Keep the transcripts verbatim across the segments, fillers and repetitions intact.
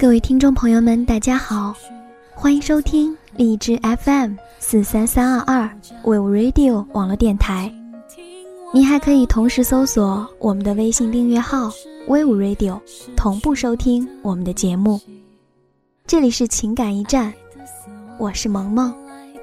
各位听众朋友们大家好，欢迎收听荔枝 F M 四三三二二 Wave Radio 网络电台。你还可以同时搜索我们的微信订阅号 Wave Radio， 同步收听我们的节目。这里是情感驿站，我是萌萌。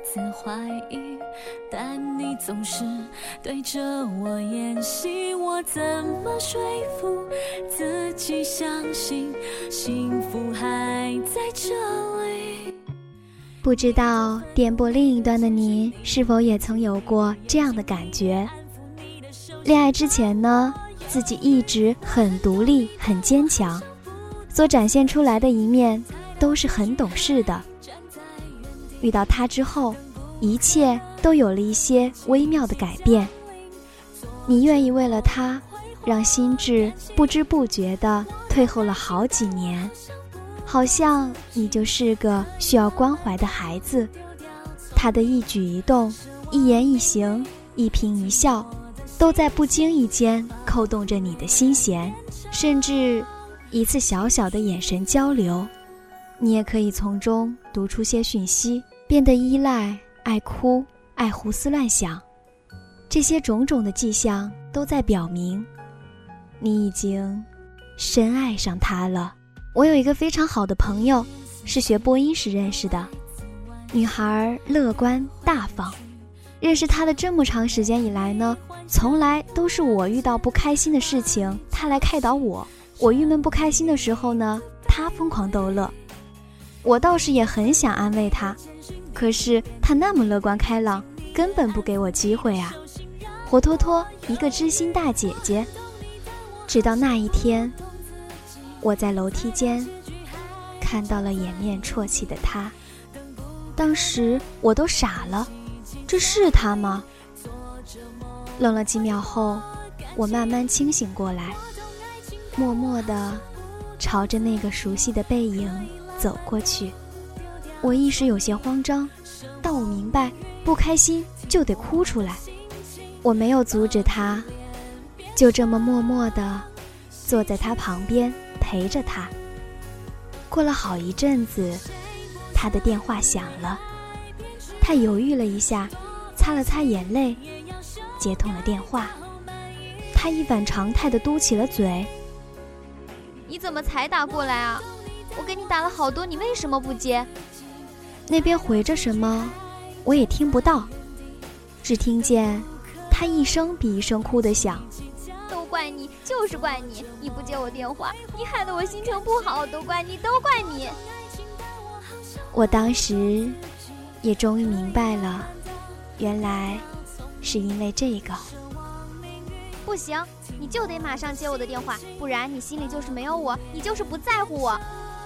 但你总是对着我演戏，我怎么说服自己相信幸福还在这里？ 不知道电波另一端的你是否也曾有过这样的感觉？恋爱之前呢，自己一直很独立很坚强，所展现出来的一面都是很懂事的。遇到他之后，一切都有了一些微妙的改变。你愿意为了他，让心智不知不觉地退后了好几年，好像你就是个需要关怀的孩子。他的一举一动，一言一行，一颦一笑，都在不经意间扣动着你的心弦，甚至一次小小的眼神交流，你也可以从中读出些讯息，变得依赖、爱哭、爱胡思乱想。这些种种的迹象都在表明你已经深爱上他了。我有一个非常好的朋友，是学播音时认识的，女孩乐观大方。认识她的这么长时间以来呢，从来都是我遇到不开心的事情她来开导我，我郁闷不开心的时候呢，她疯狂逗乐。我倒是也很想安慰她，可是她那么乐观开朗，根本不给我机会啊，活脱脱一个知心大姐姐。直到那一天，我在楼梯间看到了掩面啜泣的她，当时我都傻了，这是她吗？愣了几秒后，我慢慢清醒过来，默默地朝着那个熟悉的背影走过去。我一时有些慌张，但我明白不开心就得哭出来。我没有阻止他，就这么默默地坐在他旁边陪着他。过了好一阵子，他的电话响了，他犹豫了一下，擦了擦眼泪，接通了电话。他一反常态地嘟起了嘴： 你怎么才打过来啊？我给你打了好多，你为什么不接？ 那边回着什么我也听不到，只听见他一声比一声哭得响。 都怪你，就是怪你，你不接我电话，你害得我心情不好，都怪你，都怪你。 我当时也终于明白了，原来是因为这个。 不行，你就得马上接我的电话，不然你心里就是没有我，你就是不在乎我。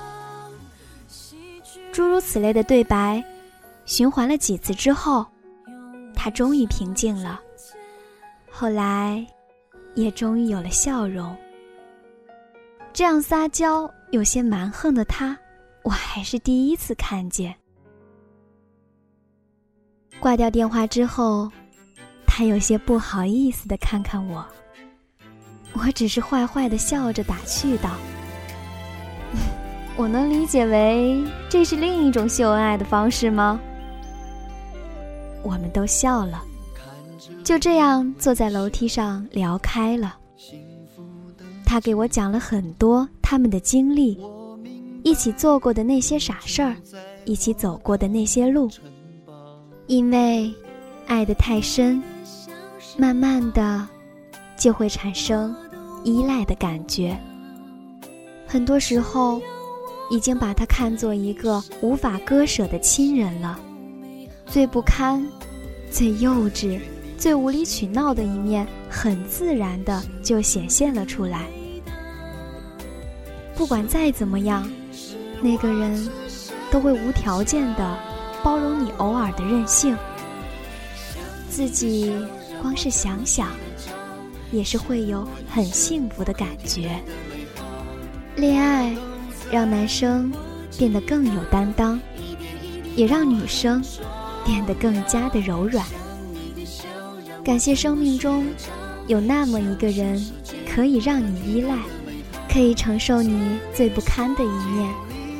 诸如此类的对白循环了几次之后，他终于平静了，后来也终于有了笑容。这样撒娇有些蛮横的他，我还是第一次看见。挂掉电话之后，他有些不好意思地看看我，我只是坏坏地笑着打趣道：我能理解为这是另一种秀恩爱的方式吗？我们都笑了，就这样坐在楼梯上聊开了。他给我讲了很多他们的经历，一起做过的那些傻事儿，一起走过的那些路。因为爱得太深，慢慢的就会产生依赖的感觉。很多时候已经把他看作一个无法割舍的亲人了，最不堪、最幼稚、最无理取闹的一面很自然的就显现了出来。不管再怎么样，那个人都会无条件的包容你偶尔的任性。自己光是想想，也是会有很幸福的感觉。恋爱让男生变得更有担当，也让女生变得更加的柔软。感谢生命中有那么一个人，可以让你依赖，可以承受你最不堪的一面，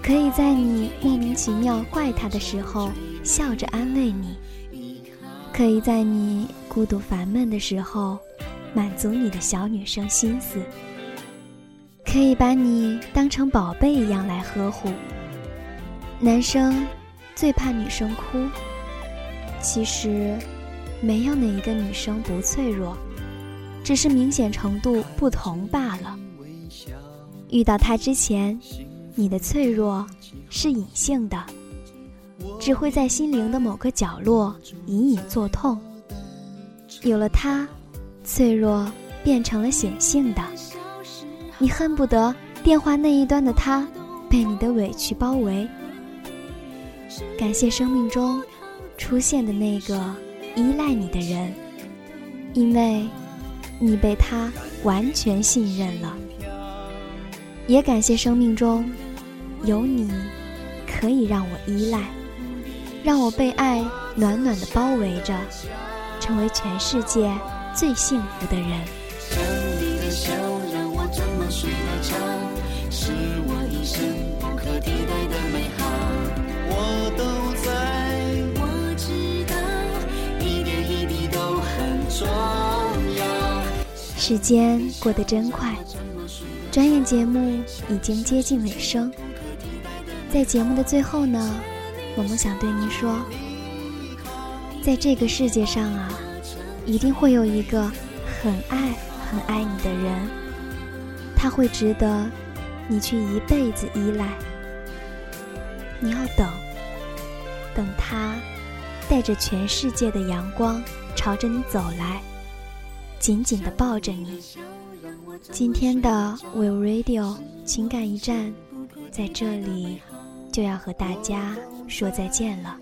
可以在你莫名其妙怪他的时候笑着安慰你，可以在你孤独烦闷的时候满足你的小女生心思，可以把你当成宝贝一样来呵护。男生最怕女生哭，其实没有哪一个女生不脆弱，只是明显程度不同罢了。遇到他之前，你的脆弱是隐性的，只会在心灵的某个角落隐隐作痛。有了他，脆弱变成了显性的，你恨不得电话那一端的他被你的委屈包围。感谢生命中出现的那个依赖你的人，因为你被他完全信任了。也感谢生命中有你，可以让我依赖，让我被爱暖暖地包围着，成为全世界最幸福的人。 你的笑让我怎么睡得着，是我一生不可替代的美好。我都在，我知道一点一滴都很重要。 时间过得真快，转眼节目已经接近尾声。在节目的最后呢，我们想对您说，在这个世界上啊，一定会有一个很爱很爱你的人，他会值得你去一辈子依赖。你要等，等他带着全世界的阳光朝着你走来，紧紧地抱着你。今天的 Will Radio 情感驿站在这里就要和大家说再见了。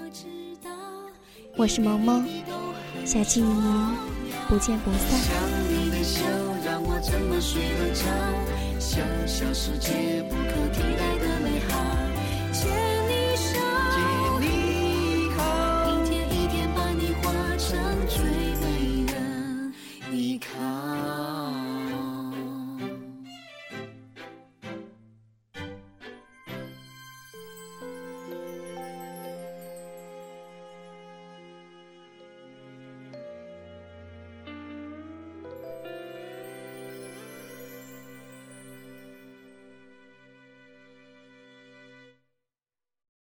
我是萌萌，下期与您不见不散。 想你的笑让我怎么睡得着，小小世界